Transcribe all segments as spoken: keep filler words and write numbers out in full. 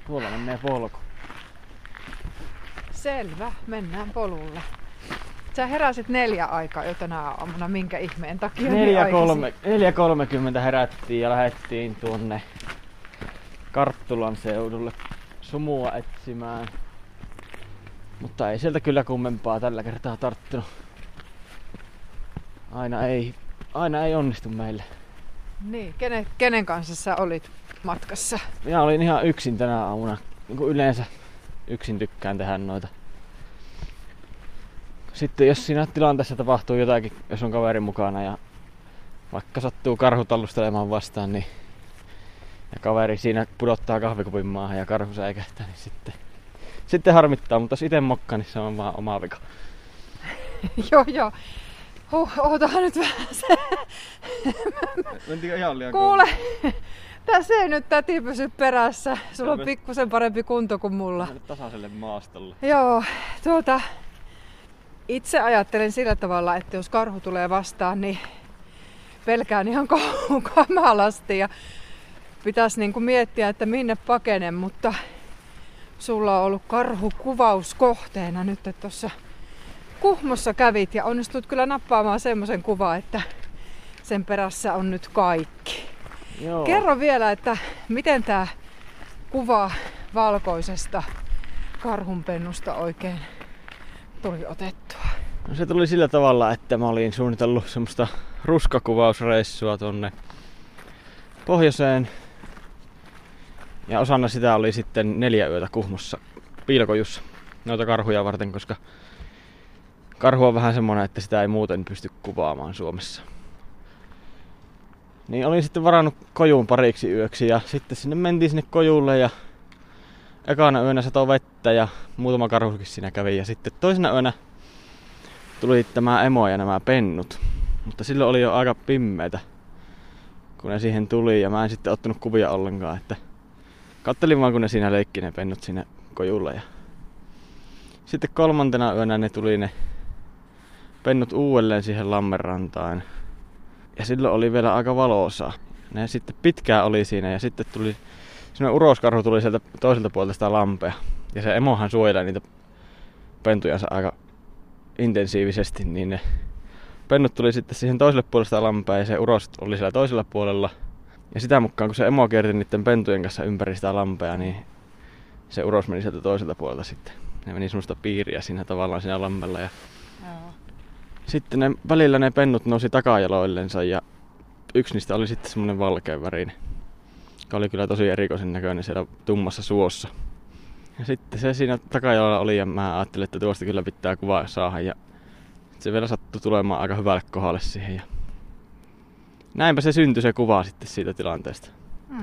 Tuolla menee polku. Selvä, mennään polulle. Sä heräsit neljä aikaa jo tänä aamuna, minkä ihmeen takia niin neljä kolmekymmentä herättiin ja lähdettiin tuonne Karttulan seudulle sumua etsimään. Mutta ei sieltä kyllä kummempaa tällä kertaa tarttunut. Aina ei, aina ei onnistu meille. Niin, kenen, kenen kanssa sä olit matkassa? Minä olin ihan yksin tänä aamuna. Niin kuin yleensä yksin tykkään tehdä noita. Sitten jos siinä tilanteessa tapahtuu jotakin, jos on kaveri mukana ja vaikka sattuu karhu tallustelemaan vastaan, niin ja kaveri siinä pudottaa kahvikupin maahan ja karhu säikähtää, niin sitten, sitten harmittaa, mutta jos ite mokkaa, niin se on vaan oma vika. Joo, joo. Huh, ootahan nyt vähän se. Mentikö ihan liian Kuule, tässä ei nyt täti pysy perässä. Sulla on pikkusen parempi kunto kuin mulla. Mennä tasaiselle maastolle. Joo, tuota... Itse ajattelen sillä tavalla, että jos karhu tulee vastaan, niin pelkään ihan kamalasti ja pitäisi niin kuin miettiä, että minne pakenen, mutta sulla on ollut karhukuvauskohteena nyt, että tuossa Kuhmossa kävit ja onnistut kyllä nappaamaan semmoisen kuvan, että sen perässä on nyt kaikki. Joo. Kerro vielä, että miten tämä kuva valkoisesta karhunpennusta oikein tuli otettua? No se tuli sillä tavalla, että mä olin suunnitellut semmoista ruskakuvausreissua tonne pohjoiseen. Ja osana sitä oli sitten neljä yötä Kuhmossa piilokojussa noita karhuja varten, koska karhu on vähän semmonen, että sitä ei muuten pysty kuvaamaan Suomessa. Niin olin sitten varannut kojuun pariksi yöksi ja sitten sinne mentiin sinne kojulle ja ekana yönä satoi vettä ja muutama karhukin siinä kävi ja sitten toisena yönä tuli tämä emo ja nämä pennut. Mutta silloin oli jo aika pimmeitä, kun ne siihen tuli ja mä en sitten ottanut kuvia ollenkaan, että kattelin vaan kun ne siinä leikki ne pennut siinä kojulla. Ja sitten kolmantena yönä ne tuli ne pennut uudelleen siihen lammenrantaan ja silloin oli vielä aika valosaa. Ne sitten pitkään oli siinä ja sitten tuli semmoinen uroskarhu tuli sieltä toiselta puolelta sitä lampea. Ja se emohan suojelee niitä pentujansa aika intensiivisesti, niin ne pennut tuli sitten siihen toiselle puolelle sitä lampea ja se uros oli siellä toisella puolella. Ja sitä mukaan kun se emo kierti niiden pentujen kanssa ympäri sitä lampea, niin se uros meni sieltä toiselta puolelta sitten. Ne meni semmoista piiriä siinä tavallaan siinä lammella. Ja Joo. Sitten ne, välillä ne pennut nousi takajaloillensa ja yksi niistä oli sitten semmoinen valkeanvärinen. Joka oli kyllä tosi erikoisen näköinen siellä tummassa suossa. Ja sitten se siinä takajalalla oli ja mä ajattelin, että tuosta kyllä pitää kuvaa saada. Ja se vielä sattui tulemaan aika hyvälle kohdalle siihen. Ja näinpä se syntyi se kuva sitten siitä tilanteesta. Hmm.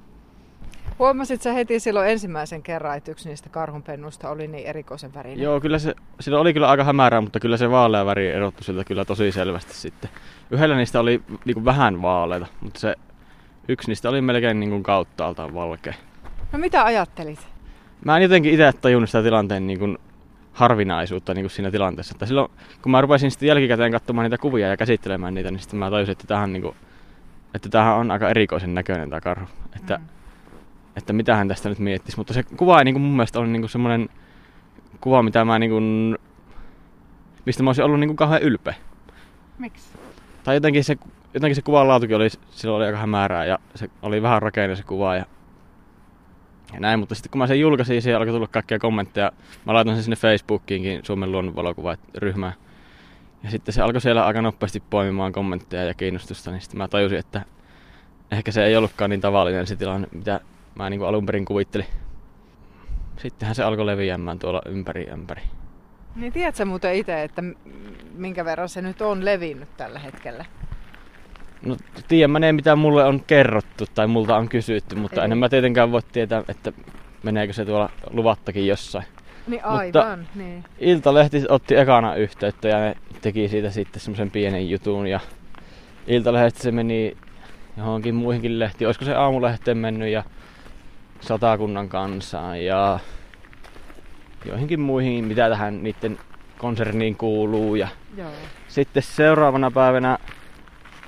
Huomasit sä heti silloin ensimmäisen kerran, että yksi niistä karhunpennusta oli niin erikoisen värinen? Joo, kyllä se, silloin oli kyllä aika hämärää, mutta kyllä se vaalea väri erottui siltä kyllä tosi selvästi sitten. Yhdellä niistä oli niin kuin vähän vaaleita, mutta se yksi niistä oli melkein niin kuin kauttaaltaan valkea. No mitä ajattelit? Mä en jotenkin itse tajunnut sitä tilanteen niin kuin harvinaisuutta niin kuin siinä tilanteessa. Että silloin kun mä rupesin sitten jälkikäteen katsomaan niitä kuvia ja käsittelemään niitä, niin sitten mä tajusin, että tämähän, niin kuin, että tämähän on aika erikoisen näköinen tämä karhu. Että, mm. että mitähän tästä nyt miettisi. Mutta se kuva ei niin kuin mun mielestä ole niin kuin semmoinen kuva, mitä mä niin kuin, mistä mä olisin ollut niin kuin kauhean ylpeä. Miksi? Tai jotenkin se, jotenkin se kuvan laatukin oli, silloin oli aika hämärää ja se oli vähän rakenne se kuva ja, ja näin. Mutta sitten kun mä sen julkaisin, siihen alkoi tulla kaikkia kommentteja. Mä laitan sen sinne Facebookiinkin, Suomen luonnonvalokuva-ryhmään. Ja sitten se alkoi siellä aika nopeasti poimimaan kommentteja ja kiinnostusta, niin sitten mä tajusin, että ehkä se ei ollutkaan niin tavallinen se tilanne, mitä mä niin kuin alun perin kuvittelin. Sittenhän se alkoi leviämään tuolla ympäri ympäri. Niin tiedätkö muuten itse, että minkä verran se nyt on levinnyt tällä hetkellä? No tiedän mä ne, mitä mulle on kerrottu tai multa on kysytty, mutta Ei. en mä tietenkään voi tietää, että meneekö se tuolla luvattakin jossain. Niin aivan, niin. Iltalehti otti ekana yhteyttä ja ne teki siitä sitten semmoisen pienen jutun ja Iltalehdestä se meni johonkin muihinkin lehtiin. Olisiko se Aamulehteen mennyt ja Satakunnan Kansaan ja joihinkin muihin, mitä tähän niiden konserniin kuuluu. Ja Joo. Sitten seuraavana päivänä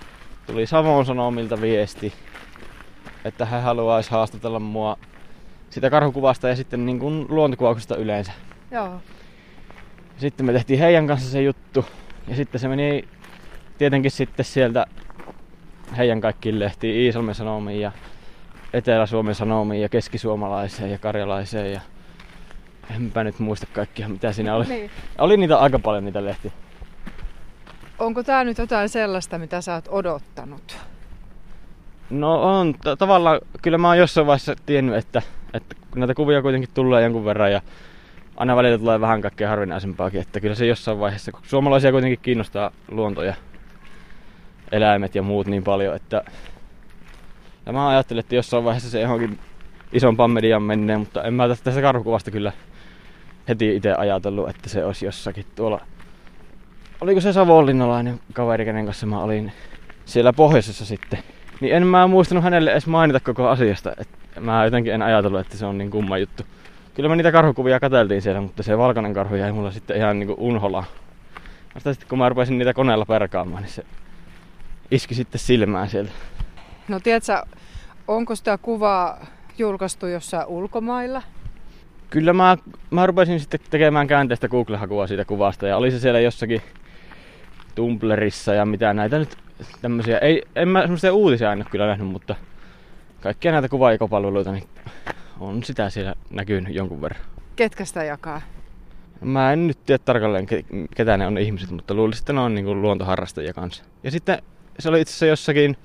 tuli Savon Sanomilta viesti, että he haluaisi haastatella mua sitä karhukuvasta ja sitten niin kuin luontokuvauksesta yleensä. Joo. Sitten me tehtiin heidän kanssa se juttu ja sitten se meni tietenkin sitten sieltä heidän kaikkiin lehtiin, Iisalmen Sanomiin ja Etelä-Suomen Sanomiin ja Keskisuomalaiseen ja Karjalaiseen ja enpä nyt muista kaikkia mitä siinä oli. Niin. Oli niitä aika paljon niitä lehtiä. Onko tää nyt jotain sellaista, mitä sä oot odottanut? No on, t- tavallaan kyllä mä oon jossain vaiheessa tiennyt, että, että näitä kuvia kuitenkin tulee jonkun verran ja aina välillä tulee vähän kaikkea harvinaisempaakin, että kyllä se jossain vaiheessa, kun suomalaisia kuitenkin kiinnostaa luonto ja eläimet ja muut niin paljon, että ja mä ajattelin, että jossain vaiheessa se johonkin isompaan mediaan menee, mutta en mä tästä karhukuvasta kyllä heti itse ajatellut, että se olisi jossakin tuolla. Oliko se savonlinnalainen kaveri, kenen kanssa mä olin siellä pohjoisessa sitten. Niin en mä muistanut hänelle edes mainita koko asiasta. että mä jotenkin en ajatellut, että se on niin kumma juttu. Kyllä me niitä karhukuvia katseltiin siellä, mutta se valkoinen karhu jäi mulla sitten ihan niinku unholaan. Vasta sitten kun mä rupesin niitä koneella perkaamaan, niin se iski sitten silmään sieltä. No tiedätkö, onko sitä kuvaa julkaistu jossain ulkomailla? Kyllä mä, mä rupesin sitten tekemään käänteistä Google-hakua siitä kuvasta ja oli se siellä jossakin Tumblrissa ja mitä näitä nyt tämmösiä. Ei, en mä semmoisia uutisia aina kyllä nähnyt, mutta kaikkia näitä kuvaikopalveluita niin on sitä siellä näkynyt jonkun verran. Ketkä sitä jakaa? Mä en nyt tiedä tarkalleen ketä ne on ne ihmiset, mutta luulisin, että ne on niin kuin luontoharrastajia kanssa. Ja sitten se oli itse asiassa jossakin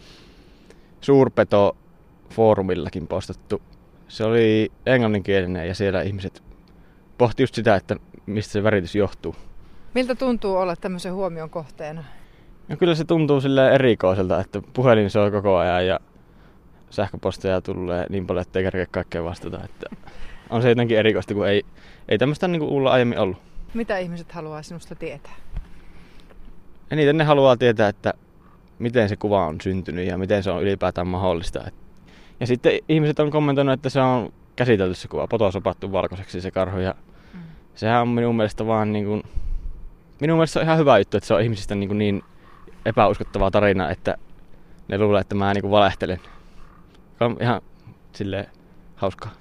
suurpeto-foorumillakin postattu. Se oli englanninkielinen ja siellä ihmiset pohti just sitä, että mistä se väritys johtuu. Miltä tuntuu olla tämmöisen huomion kohteena? No kyllä se tuntuu silleen erikoiselta, että puhelin soi koko ajan ja sähköposteja tulee niin paljon, ettei kerkeä kaikkea vastata. Että on se jotenkin erikoista, kun ei, ei tämmöistä niin kuin Ulla aiemmin ollut. Mitä ihmiset haluaa sinusta tietää? Eniten ne haluaa tietää, että miten se kuva on syntynyt ja miten se on ylipäätään mahdollista. Ja sitten ihmiset on kommentoinut, että se on käsitelty se kuva, potosopattu valkoiseksi se karhu. Ja mm. sehän on minun mielestä vaan niin kuin, minun mielestä se on ihan hyvä juttu, että se on ihmisistä niin, niin epäuskottava tarina, että ne luulee, että mä niin kuin valehtelen. On ihan silleen hauskaa.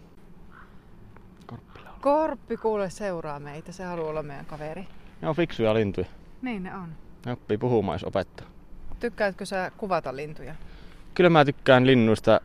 Korppi laulaa. Korppi kuule seuraa meitä, se haluaa olla meidän kaveri. Ne on fiksuja lintuja. Niin ne on. Ne oppii puhumaan, jos opettaa. Tykkäätkö sä kuvata lintuja? Kyllä mä tykkään linnuista.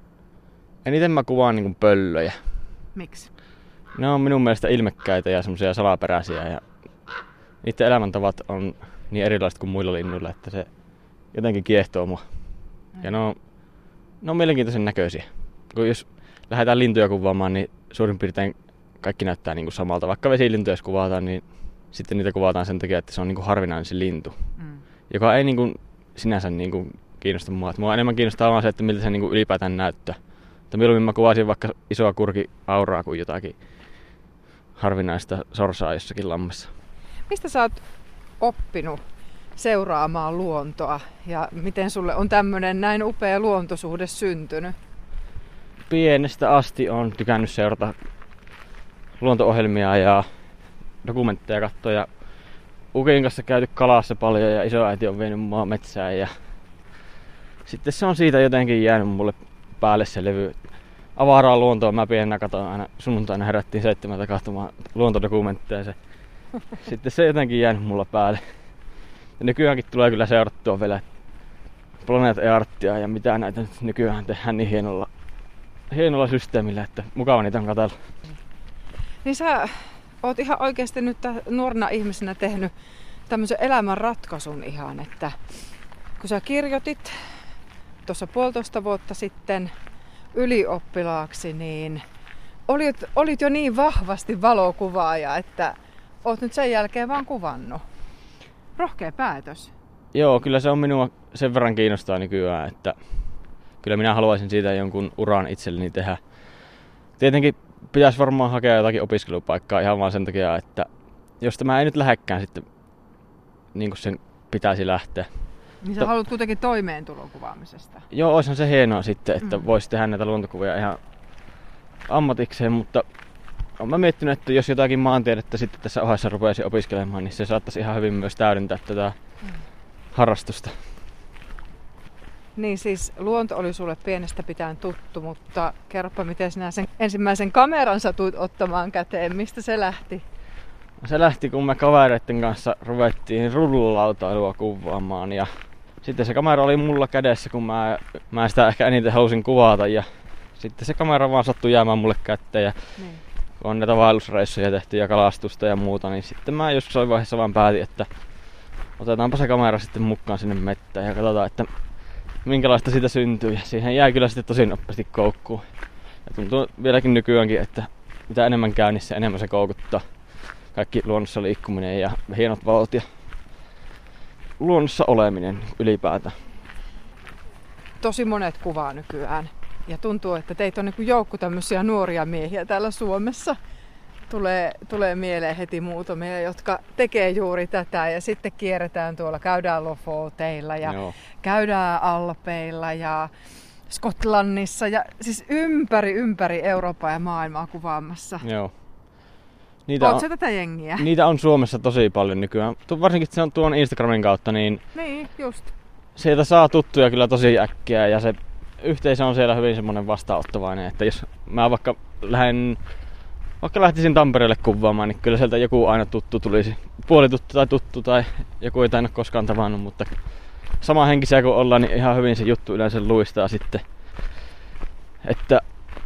Eniten mä kuvaan niin pöllöjä. Miksi? Ne on minun mielestä ilmekkäitä ja semmoisia salaperäisiä. Ja niiden elämäntavat on niin erilaiset kuin muilla linnuilla, että se jotenkin kiehtoo mua. Mm. Ja ne on, ne on mielenkiintoisen näköisiä. Kun jos lähdetään lintuja kuvaamaan, niin suurin piirtein kaikki näyttää niin kuin samalta. Vaikka vesilintuja jos kuvataan, niin sitten niitä kuvataan sen takia, että se on niin kuin harvinainen se lintu. Mm. Joka ei niin kuin sinänsä niin kuin kiinnosta mua. Mua enemmän kiinnostaa vaan se, että miltä se niin kuin ylipäätään näyttää. Että mieluummin mä kuvasin vaikka isoa kurkiauraa kuin jotakin harvinaista sorsaa jossakin lammessa. Mistä sä oot oppinut seuraamaan luontoa ja miten sulle on tämmönen näin upea luontosuhde syntynyt? Pienestä asti on tykännyt seurata luonto-ohjelmia ja dokumentteja katsoa ja Ukin kanssa käyty kalassa paljon ja isoäiti on vienyt mua metsään ja sitten se on siitä jotenkin jäänyt mulle päälle se levy. Avaraa luontoa mä pienenä katsoin aina, sunnuntaina herättiin seitsemältä katsomaan luontodokumentteja se. Sitten se jotenkin jäänyt mulla päälle. Ja nykyäänkin tulee kyllä seurattua vielä Planet Earthia ja mitä näitä nyt nykyään tehdään niin hienolla, hienolla systeemillä, että mukava niitä on katsella. Niin sä oot ihan oikeasti nyt nuorena ihmisenä tehnyt tämmöisen elämän ratkaisun ihan, että kun sä kirjoitit tuossa puolitoista vuotta sitten ylioppilaaksi, niin olit, olit jo niin vahvasti valokuvaaja, että oot nyt sen jälkeen vaan kuvannut. Rohkea päätös. Joo, kyllä se on minua sen verran kiinnostaa nykyään, että kyllä minä haluaisin siitä jonkun uran itselleni tehdä. Tietenkin pitäisi varmaan hakea jotakin opiskelupaikkaa ihan vaan sen takia, että jos tämä ei nyt lähdekään sitten niin kuin sen pitäisi lähteä. Niin sä to- haluat kuitenkin toimeentulon kuvaamisesta. Joo, olisihan se hienoa sitten, että mm. voisi tehdä näitä luontokuvia ihan ammatikseen, mutta olen mä miettinyt, että jos jotakin maantiedettä sitten tässä ohessa rupeaisi opiskelemaan, niin se saattaisi ihan hyvin myös täydentää tätä mm. harrastusta. Niin siis luonto oli sulle pienestä pitäen tuttu, mutta kerropa miten sinä sen ensimmäisen kameran satuit ottamaan käteen. Mistä se lähti? Se lähti kun me kavereiden kanssa ruvettiin rullulautailua kuvaamaan ja sitten se kamera oli mulla kädessä kun mä, mä sitä ehkä eniten halusin kuvata ja sitten se kamera vaan sattui jäämään mulle kätteen ja niin. Kun on näitä vaellusreissuja tehty ja kalastusta ja muuta, niin sitten mä joskus vaiheessa vaan päätin, että otetaanpa se kamera sitten mukaan sinne mettään ja katsotaan, että minkälaista siitä syntyy. Ja siihen jää kyllä sitten tosi nopeasti koukkuun. Ja tuntuu vieläkin nykyäänkin, että mitä enemmän käynnissä, enemmän se koukuttaa. Kaikki luonnossa liikkuminen ja hienot valot ja luonnossa oleminen ylipäätään. Tosi monet kuvaa nykyään. Ja tuntuu, että teitä on niin kuin joukko tämmöisiä nuoria miehiä täällä Suomessa. Tulee, tulee mieleen heti muutamia, jotka tekee juuri tätä ja sitten kierretään tuolla, käydään Lofoteilla ja Joo. käydään Alpeilla ja Skotlannissa ja siis ympäri ympäri Eurooppaa ja maailmaa kuvaamassa. Joo. Niitä on, tätä jengiä? Niitä on Suomessa tosi paljon nykyään. Varsinkin se on tuon Instagramin kautta, niin, niin just. Sieltä saa tuttuja kyllä tosi äkkiä ja se yhteisö on siellä hyvin semmoinen vastaanottavainen, että jos mä vaikka lähden Vaikka lähtisin Tampereelle kuvaamaan, niin kyllä sieltä joku aina tuttu tulisi. Puolituttu tai tuttu tai joku ei tainnut koskaan tavannut, mutta samanhenkisiä kun ollaan, niin ihan hyvin se juttu yleensä luistaa sitten. Että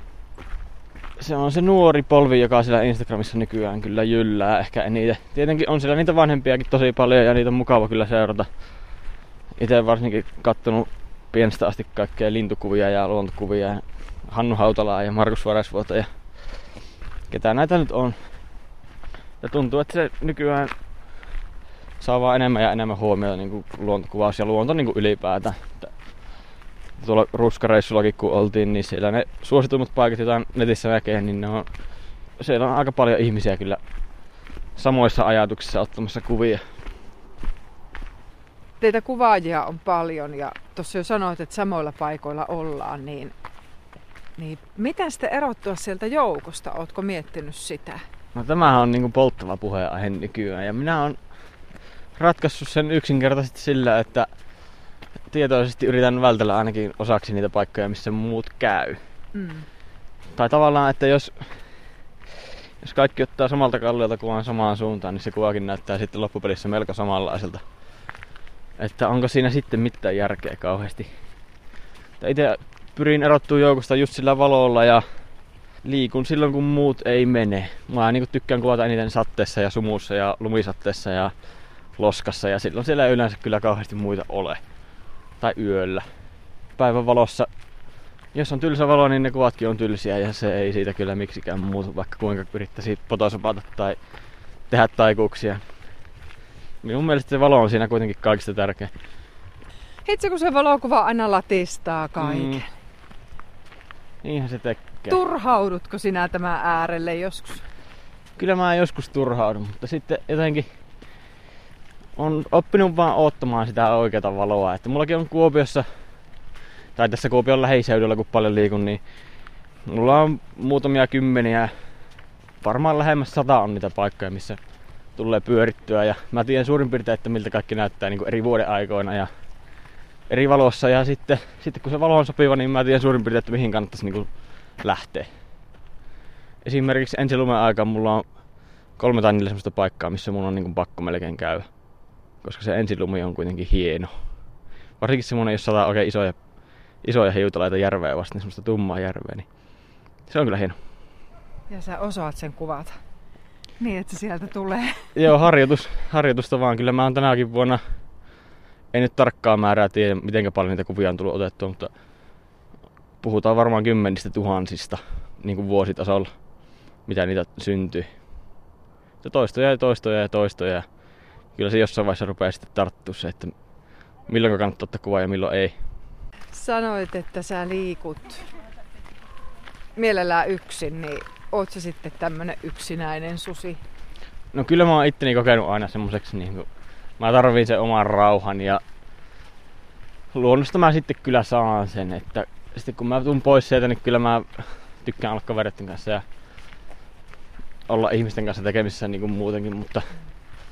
se on se nuori polvi, joka siellä Instagramissa nykyään kyllä jyllää ehkä eniten. Tietenkin on siellä niitä vanhempiakin tosi paljon ja niitä on mukava kyllä seurata. Itse varsinkin kattonut pienestä asti kaikkea lintukuvia ja luontokuvia ja Hannu Hautalaa ja Markus Varesvuota ja ketä näitä nyt on. Ja tuntuu, että se nykyään saa vaan enemmän ja enemmän huomiota niin kuin luontokuvaus ja luonto niin kuin ylipäätään. Tuolla Ruskareissullakin kun oltiin, niin siellä ne suosituimmat paikat, joita netissä näkee, niin ne on, siellä on aika paljon ihmisiä kyllä samoissa ajatuksissa ottamassa kuvia. Teitä kuvaajia on paljon ja tuossa jo sanoit, että samoilla paikoilla ollaan, niin Niin miten sitten erottua sieltä joukosta? Ootko miettinyt sitä? No tämähän on niinku polttava puheenaihe nykyään ja minä olen ratkaissut sen yksinkertaisesti sillä, että tietoisesti yritän vältellä ainakin osaksi niitä paikkoja, missä muut käy. Mm. Tai tavallaan, että jos, jos kaikki ottaa samalta kalliolta kuvan samaan suuntaan, niin se kuvakin näyttää sitten loppupelissä melko samanlaiselta. Että onko siinä sitten mitään järkeä kauheasti. Itse pyrin erottumaan joukosta just sillä valolla ja liikun silloin kun muut ei mene. Mä niin tykkään kuvata eniten satteessa ja sumussa ja lumisatteessa ja loskassa ja silloin siellä ei yleensä kyllä kauheasti muita ole. Tai yöllä. Päivän valossa, jos on tylsä valo, niin ne kuvatkin on tylsiä ja se ei siitä kyllä miksikään muutu, vaikka kuinka yrittäisi potosopata tai tehdä taikuuksia. Minun mielestä se valo on siinä kuitenkin kaikista tärkeä. Itse kun se valokuva aina latistaa kaiken. Mm. Niinhän se tekee. Turhaudutko sinä tämän äärelle joskus? Kyllä mä joskus turhaudun, mutta sitten jotenkin on oppinut vaan odottamaan sitä oikeata valoa. Että mullakin on Kuopiossa, tai tässä Kuopion lähiseudulla kun paljon liikun, niin mulla on muutamia kymmeniä, varmaan lähemmäs sata on niitä paikkoja, missä tulee pyörittyä. Ja mä tiedän suurin piirtein, että miltä kaikki näyttää niin kuin eri vuoden aikoina ja eri valossa. Ja sitten, sitten kun se valo on sopiva, niin mä tiedän suurin piirtein, että mihin kannattaisi niin kuin lähteä. Esimerkiksi ensilumen aikaan mulla on kolme tai neljä semmoista paikkaa, missä mun on niin kuin pakko melkein käydä. Koska se ensilumi on kuitenkin hieno. Varsinkin semmonen, jos sataa oikein isoja, isoja hiutaleita järveä vasta, niin semmoista tummaa järveä, niin se on kyllä hieno. Ja sä osaat sen kuvata. Niin, että se sieltä tulee. Joo, harjoitus, harjoitusta vaan. Kyllä mä oon tänäkin vuonna, ei nyt tarkkaa määrää tiedä, miten paljon niitä kuvia on tullut otettua, mutta puhutaan varmaan kymmenistä tuhansista niin kuin vuositasolla, mitä niitä syntyy. Se toistoja ja toistoja ja toistoja. Kyllä se jossain vaiheessa rupeaa sitten tarttua se, että milloin kannattaa ottaa kuvaa ja milloin ei. Sanoit, että sä liikut mielellään yksin, niin oot sä sitten tämmönen yksinäinen susi? No kyllä mä oon itteni kokenut aina semmoseksi, niin kuin mä tarviin sen oman rauhan ja luonnosta mä sitten kyllä saan sen, että sitten kun mä tuun pois sieltä, niin kyllä mä tykkään olla kavereiden kanssa ja olla ihmisten kanssa tekemisissä niin kuin muutenkin, mutta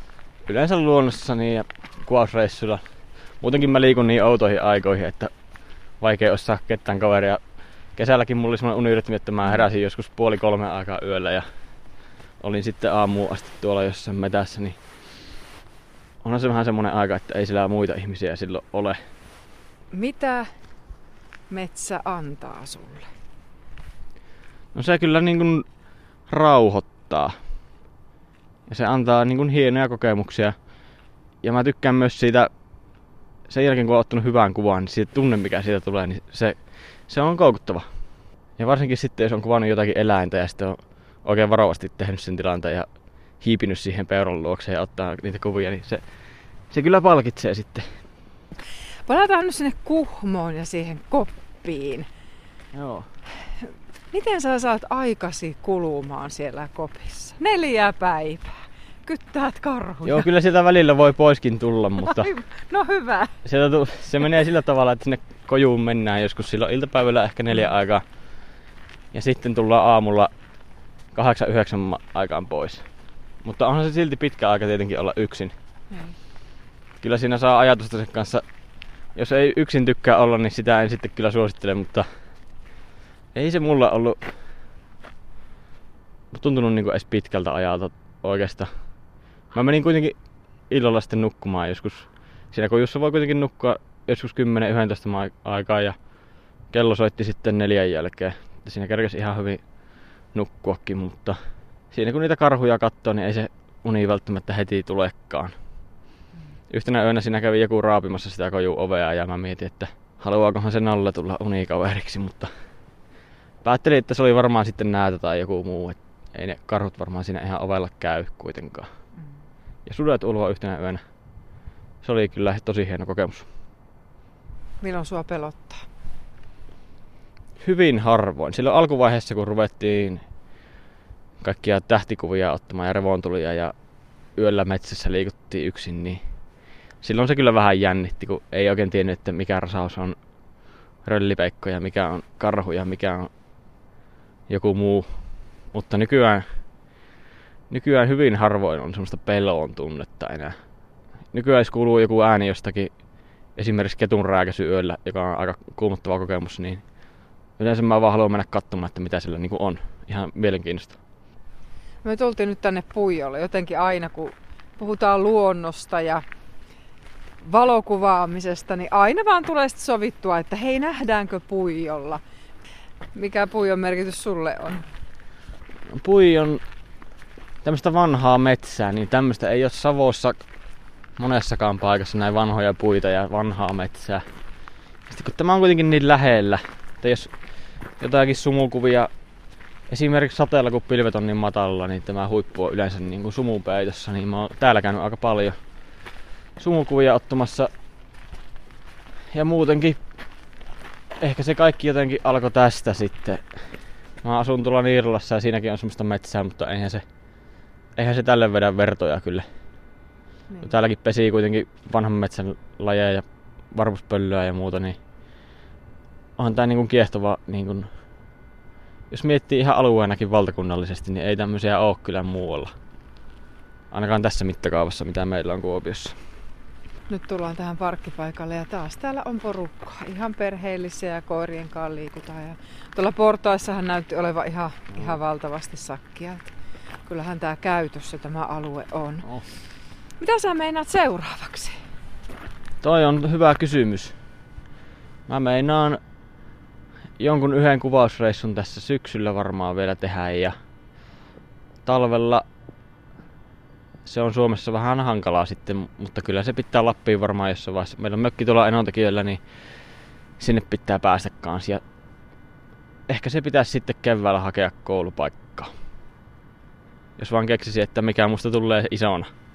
yleensä luonnossa niin ja kuvausreissuilla. Muutenkin mä liikun niin outoihin aikoihin, että vaikea olisi saada ketään kaveria. Kesälläkin mulla oli semmoinen unirytmi, että mä heräsin joskus puoli kolme aikaa yöllä ja olin sitten aamuun asti tuolla jossain metässä, niin onhan se vähän semmoinen aika, että ei sillä muita ihmisiä silloin ole. Mitä metsä antaa sulle? No se kyllä niin kuin rauhoittaa. Ja se antaa niin kuin hienoja kokemuksia. Ja mä tykkään myös siitä, sen jälkeen kun on ottanut hyvän kuvan, niin siitä tunne mikä siitä tulee, niin se, se on koukuttava. Ja varsinkin sitten, jos on kuvannut jotakin eläintä ja sitten on oikein varovasti tehnyt sen tilanteen ja hiipinyt siihen peuran luokse ja ottaa niitä kuvia, niin se, se kyllä palkitsee sitten. Palataan nyt sinne Kuhmoon ja siihen koppiin. Joo. Miten sä saat aikasi kulumaan siellä kopissa? Neljä päivää. Kyttäät karhuja. Joo, kyllä sieltä välillä voi poiskin tulla, mutta no hyvä. Sieltä tu- se menee sillä tavalla, että sinne kojuun mennään joskus silloin iltapäivällä ehkä neljä aikaa. Ja sitten tullaan aamulla kahdeksan yhdeksän aikaan pois. Mutta onhan se silti pitkä aika tietenkin olla yksin. Ei. Kyllä siinä saa ajatusta sen kanssa. Jos ei yksin tykkää olla, niin sitä en sitten kyllä suosittele, mutta ei se mulla ollut tuntunut niinku edes pitkältä ajalta oikeastaan. Mä menin kuitenkin illalla sitten nukkumaan joskus. Siinä kojussa voi kuitenkin nukkua joskus kymmenen yksitoista aikaa ja kello soitti sitten neljän jälkeen. Siinä kerkesi ihan hyvin nukkuakin, mutta siinä kun niitä karhuja katsoo, niin ei se uni välttämättä heti tulekaan. Yhtenä yönä siinä kävi joku raapimassa sitä kojun ovea ja mä mietin, että haluaakohan se Nalle tulla unikaveriksi, mutta päättelin, että se oli varmaan sitten näätä tai joku muu. Et ei ne karhut varmaan siinä ihan ovella käy kuitenkaan. Mm. Ja sudet ulvoa yhtenä yönä. Se oli kyllä tosi hieno kokemus. Milloin sua pelottaa? Hyvin harvoin. Silloin alkuvaiheessa, kun ruvettiin kaikkia tähtikuvia ottamaan ja revontulia ja yöllä metsässä liikuttiin yksin, niin silloin se kyllä vähän jännitti, kun ei oikein tiennyt, että mikä rasaus on röllipeikko ja mikä on karhu ja mikä on joku muu. Mutta nykyään, nykyään hyvin harvoin on semmoista pelon tunnetta enää. Nykyään jos kuuluu joku ääni jostakin, esimerkiksi ketun rääkäsy yöllä, joka on aika kuumottava kokemus, niin yleensä mä vaan haluan mennä katsomaan, että mitä sillä niinku on. Ihan mielenkiintoista. Me tultiin nyt tänne Puijolle. Jotenkin aina kun puhutaan luonnosta ja valokuvaamisesta, niin aina vaan tulee sitten sovittua, että hei, nähdäänkö Puijolla. Mikä Puijon merkitys sulle on? Puijon tämmöistä vanhaa metsää, niin tämmöistä ei ole Savossa monessakaan paikassa näin vanhoja puita ja vanhaa metsää. Sitten kun tämä on kuitenkin niin lähellä, että jos jotakin sumukuvia, esimerkiksi sateella kun pilvet on niin matalalla, niin tämä huippu on yleensä niin kuin sumupeitossa, niin mä oon täällä käynyt aika paljon sumukuvia ottamassa. Ja muutenkin ehkä se kaikki jotenkin alkoi tästä sitten. Mä asun tuolla Niirolassa ja siinäkin on semmoista metsää, mutta eihän se, eihän se tälle vedä vertoja kyllä. Niin. Täälläkin pesii kuitenkin vanhan metsän lajeja ja varpuspöllöä ja muuta, niin onhan tää niinku kiehtova, niinku, jos miettii ihan alueenakin valtakunnallisesti, niin ei tämmöisiä oo kyllä muualla. Ainakaan tässä mittakaavassa, mitä meillä on Kuopiossa. Nyt tullaan tähän parkkipaikalle ja taas täällä on porukkaa. Ihan perheellisiä ja koirien kanssa liikutaan. Ja tuolla portaissahan näytti olevan ihan, ihan valtavasti sakkia. Kyllähän tää käytössä tämä alue on. Oh. Mitä sä meinaat seuraavaksi? Toi on hyvä kysymys. Mä meinaan jonkun yhden kuvausreissun tässä syksyllä varmaan vielä tehdä ja talvella se on Suomessa vähän hankalaa sitten, mutta kyllä se pitää Lappiin varmaan jossain vaiheessa. Meillä on mökki tuolla Enontekiöllä, niin sinne pitää päästä kanssa. Ja ehkä se pitäisi sitten keväällä hakea koulupaikkaa. Jos vaan keksisi, että mikä musta tulee isona.